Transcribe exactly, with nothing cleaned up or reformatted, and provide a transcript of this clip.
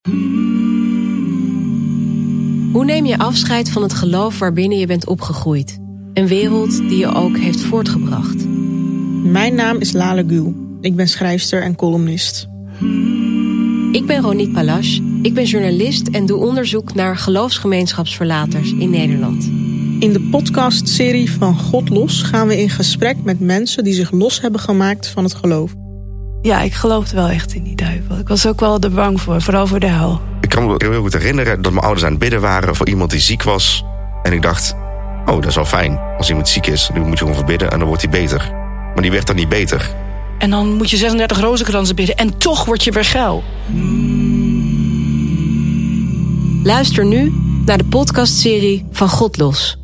Hoe neem je afscheid van het geloof waarbinnen je bent opgegroeid? Een wereld die je ook heeft voortgebracht. Mijn naam is Lale Gül. Ik ben schrijfster en columnist. Ik ben Ronit Palash. Ik ben journalist en doe onderzoek naar geloofsgemeenschapsverlaters in Nederland. In de podcastserie Van God Los gaan we in gesprek met mensen die zich los hebben gemaakt van het geloof. Ja, ik geloofde wel echt in die duivel. Ik was ook wel er bang voor, vooral voor de hel. Ik kan me heel goed herinneren dat mijn ouders aan het bidden waren voor iemand die ziek was. En ik dacht, oh, dat is wel fijn. Als iemand ziek is, dan moet je gewoon verbidden en dan wordt hij beter. Maar die werd dan niet beter. En dan moet je zesendertig rozenkransen bidden en toch word je weer geil. Luister nu naar de podcastserie Van God Los.